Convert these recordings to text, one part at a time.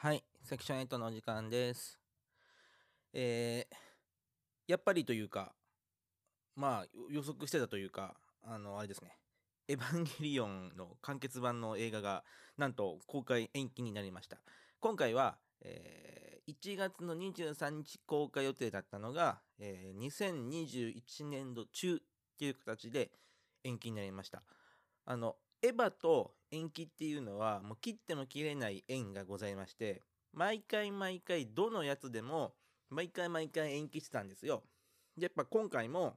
はい、セクション8のお時間です。やっぱりというか、予測してたというか、あれですね、エヴァンゲリオンの完結版の映画が、なんと公開延期になりました。今回は、1月の23日公開予定だったのが、2021年度中っていう形で延期になりました。エヴァと延期っていうのは、もう切っても切れない縁がございまして、毎回毎回どのやつでも毎回毎回延期してたんですよ。でやっぱ今回も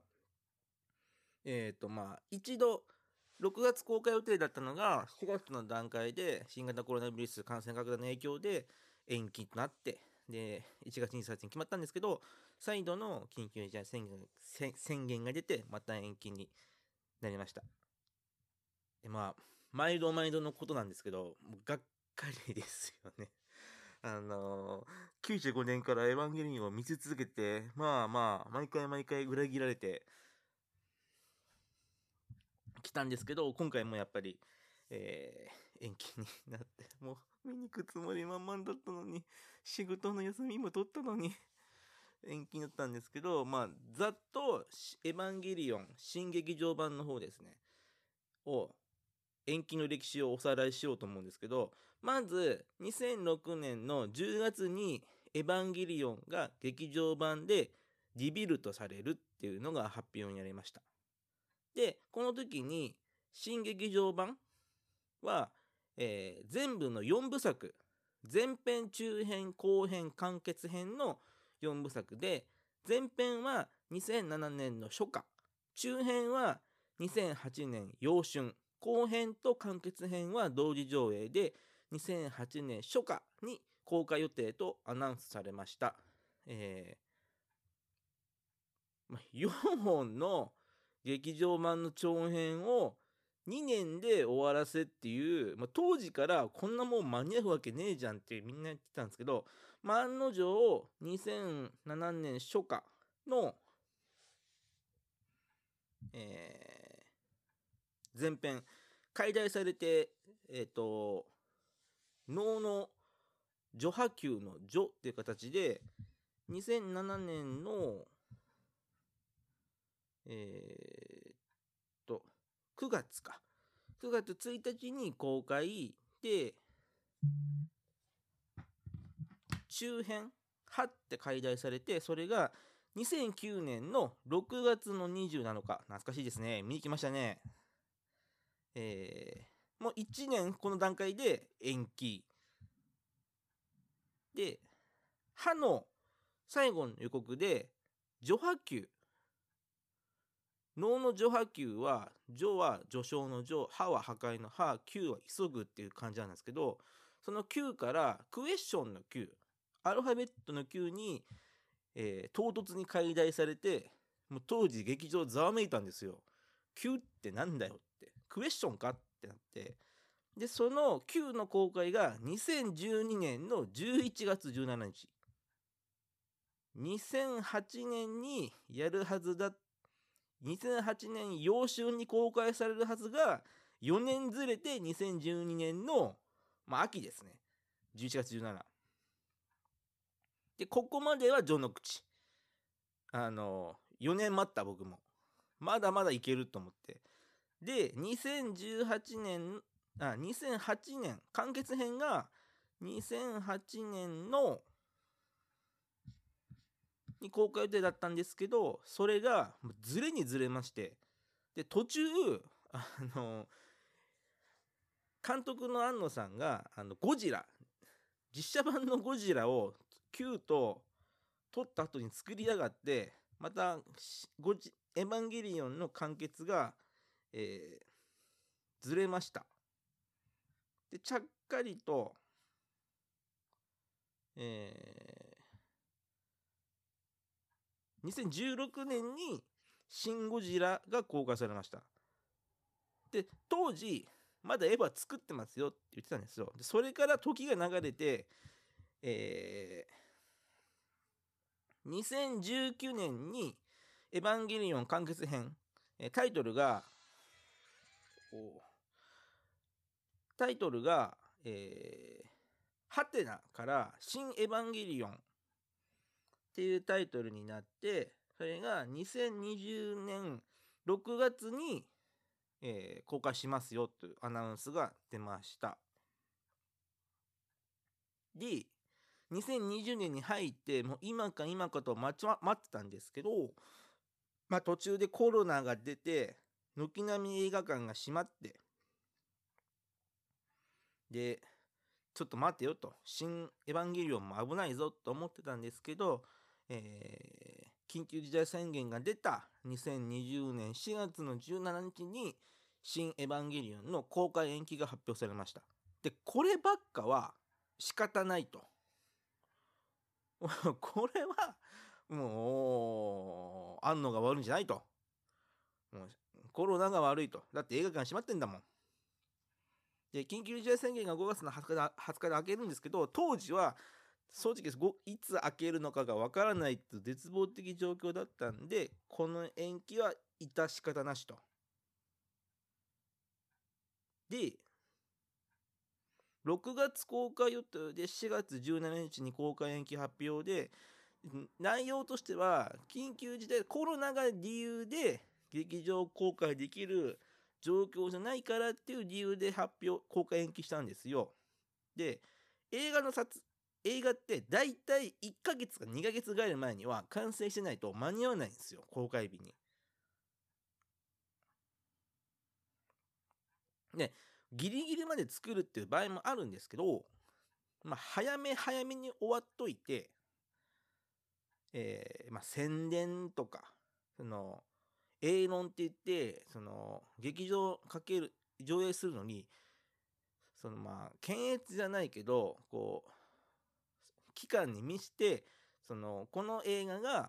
一度6月公開予定だったのが4月の段階で新型コロナウイルス感染拡大の影響で延期となって、で1月23日に決まったんですけど、再度の緊急事態宣言が出てまた延期になりました。で毎度毎度のことなんですけど、もうがっかりですよね。95年からエヴァンゲリオンを見せ続けて、毎回毎回裏切られてきたんですけど、今回もやっぱり、延期になって、もう見に行くつもり満々だったのに、仕事の休みも取ったのに、延期になったんですけど、ざっと、エヴァンゲリオン新劇場版の方ですね、を、延期の歴史をおさらいしようと思うんですけど、まず2006年の10月にエヴァンゲリオンが劇場版でリビルトされるっていうのが発表になりました。でこの時に新劇場版は、全部の4部作、前編中編後編完結編の4部作で、前編は2007年の初夏、中編は2008年陽春、後編と完結編は同時上映で2008年初夏に公開予定とアナウンスされました。4本の劇場版の長編を2年で終わらせっていう、当時からこんなもん間に合うわけねえじゃんってみんな言ってたんですけど、案の定2007年初夏の、前編解体されて、能の序波球の序っていう形で2007年の9月か。9月1日に公開で、中編、はって解体されて、それが2009年の6月の27日、懐かしいですね。見に来ましたね。もう1年この段階で延期。で、歯の最後の予告で、序波球。能の序波球は、序は序章の序、破は破壊の破、球は急ぐっていう感じなんですけど、その球からクエスチョンの球、アルファベットの球に、唐突に解体されて、もう当時劇場ざわめいたんですよ。球ってなんだよって。クエスチョンかってなって。で、その球の公開が2012年の11月17日。2008年にやるはずだった2008年陽春に公開されるはずが4年ずれて2012年の、秋ですね。11月17。で、ここまでは序の口。4年待った僕も。まだまだいけると思って。で、2018年、2008年、完結編が2008年のに公開予定だったんですけど、それがずれにずれまして、で途中監督の庵野さんがゴジラ実写版のゴジラを9と撮った後に作りやがって、またエヴァンゲリオンの完結が、ずれました。でちゃっかりと、2016年にシン・ゴジラが公開されました。で当時まだエヴァ作ってますよって言ってたんですよ。でそれから時が流れて、2019年にエヴァンゲリオン完結編、タイトルが、 ハテナから新エヴァンゲリオンっていうタイトルになって、それが2020年6月に、公開しますよというアナウンスが出ました。で、2020年に入ってもう今か今かと待ってたんですけど、途中でコロナが出て軒並み映画館が閉まって、でちょっと待てよと、新エヴァンゲリオンも危ないぞと思ってたんですけど、緊急事態宣言が出た2020年4月の17日に新エヴァンゲリオンの公開延期が発表されました。でこればっかは仕方ないとこれはもう安野が悪いんじゃないと、もうコロナが悪いと、だって映画館閉まってんだもん。で緊急事態宣言が5月の20日で開けるんですけど、当時は正直いつ開けるのかがわからないという絶望的状況だったんで、この延期は致し方なしと。で6月公開予定で4月17日に公開延期発表で、内容としては緊急事態コロナが理由で劇場公開できる状況じゃないからっていう理由で公開延期したんですよ。で映画ってだいたい1ヶ月か2ヶ月ぐらい前には完成してないと間に合わないんですよ、公開日に。でギリギリまで作るっていう場合もあるんですけど、早めに終わっといて、宣伝とかその映論って言って、その劇場かける上映するのに検閲じゃないけどこう期間に見してこの映画が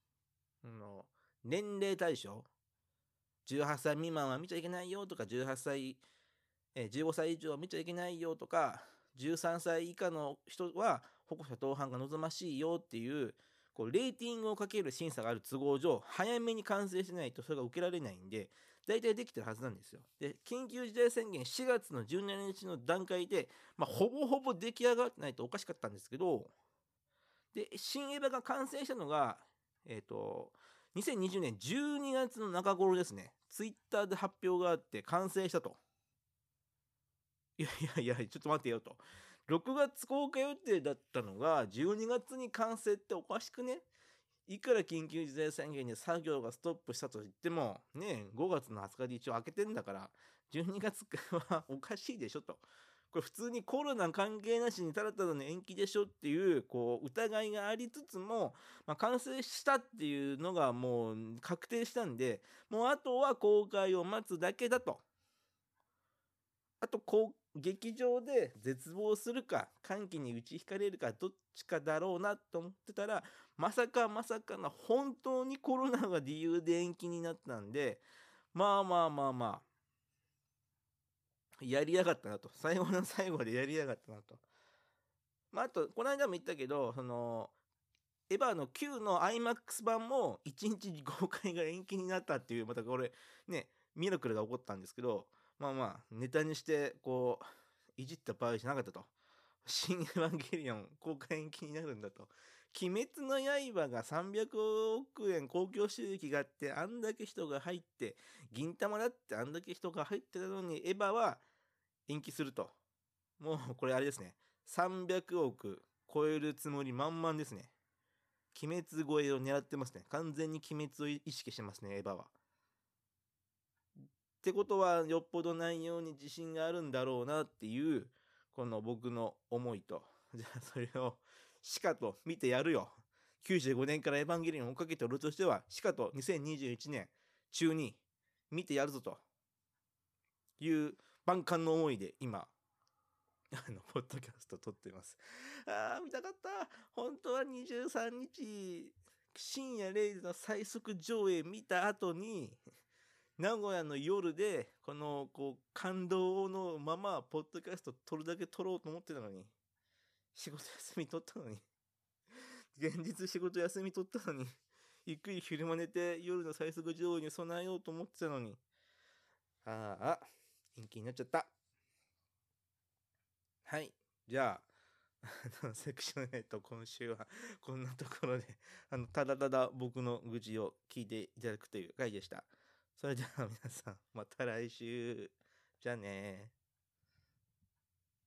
年齢対象18歳未満は見ちゃいけないよとか、15歳以上は見ちゃいけないよとか、13歳以下の人は保護者同伴が望ましいよっていうレーティングをかける審査がある都合上、早めに完成しないとそれが受けられないんで、大体できてるはずなんですよ。で緊急事態宣言4月の17日の段階で、ほぼほぼ出来上がってないとおかしかったんですけど、で新エヴァが完成したのが2020年12月の中頃ですね。ツイッターで発表があって完成したと。いやちょっと待ってよと。6月公開予定だったのが12月に完成っておかしくね。いくら緊急事態宣言で作業がストップしたと言ってもね、5月の20日で一応開けてんだから12月はおかしいでしょと。これ普通にコロナ関係なしにただただの延期でしょっていう疑いがありつつも、完成したっていうのがもう確定したんで、もうあとは公開を待つだけだと。あと劇場で絶望するか歓喜に打ちひかれるかどっちかだろうなと思ってたら、まさかの本当にコロナが理由で延期になったんで、やりやがったなと。最後の最後でやりやがったなと。あとこの間も言ったけど、エヴァの9の IMAX 版も1日公開が延期になったっていう、またこれねミラクルが起こったんですけど、ネタにしていじった場合じゃなかったと。新エヴァンゲリオン公開延期になるんだと。鬼滅の刃が300億円公共収益があって、あんだけ人が入って、銀魂だってあんだけ人が入ってたのにエヴァは延期すると。もうこれあれですね、300億超えるつもり満々ですね。鬼滅超えを狙ってますね。完全に鬼滅を意識してますね、エヴァは。ってことはよっぽど内容に自信があるんだろうなっていうこの僕の思いと、じゃあそれをしかと見てやるよ。95年からエヴァンゲリオンを追っかけておるとしては、しかと2021年中に見てやるぞという万感の思いで今ポッドキャスト撮ってます。見たかった。本当は23日深夜0時の最速上映見た後に名古屋の夜で感動のままポッドキャスト撮るだけ撮ろうと思ってたのに、仕事休み取ったのに現実仕事休み取ったのに、ゆっくり昼間寝て夜の最速上映に備えようと思ってたのに、延期になっちゃった。はい、じゃあセクション8今週はこんなところで、ただただ僕の愚痴を聞いていただくという回でした。それでは皆さん、また来週。じゃあね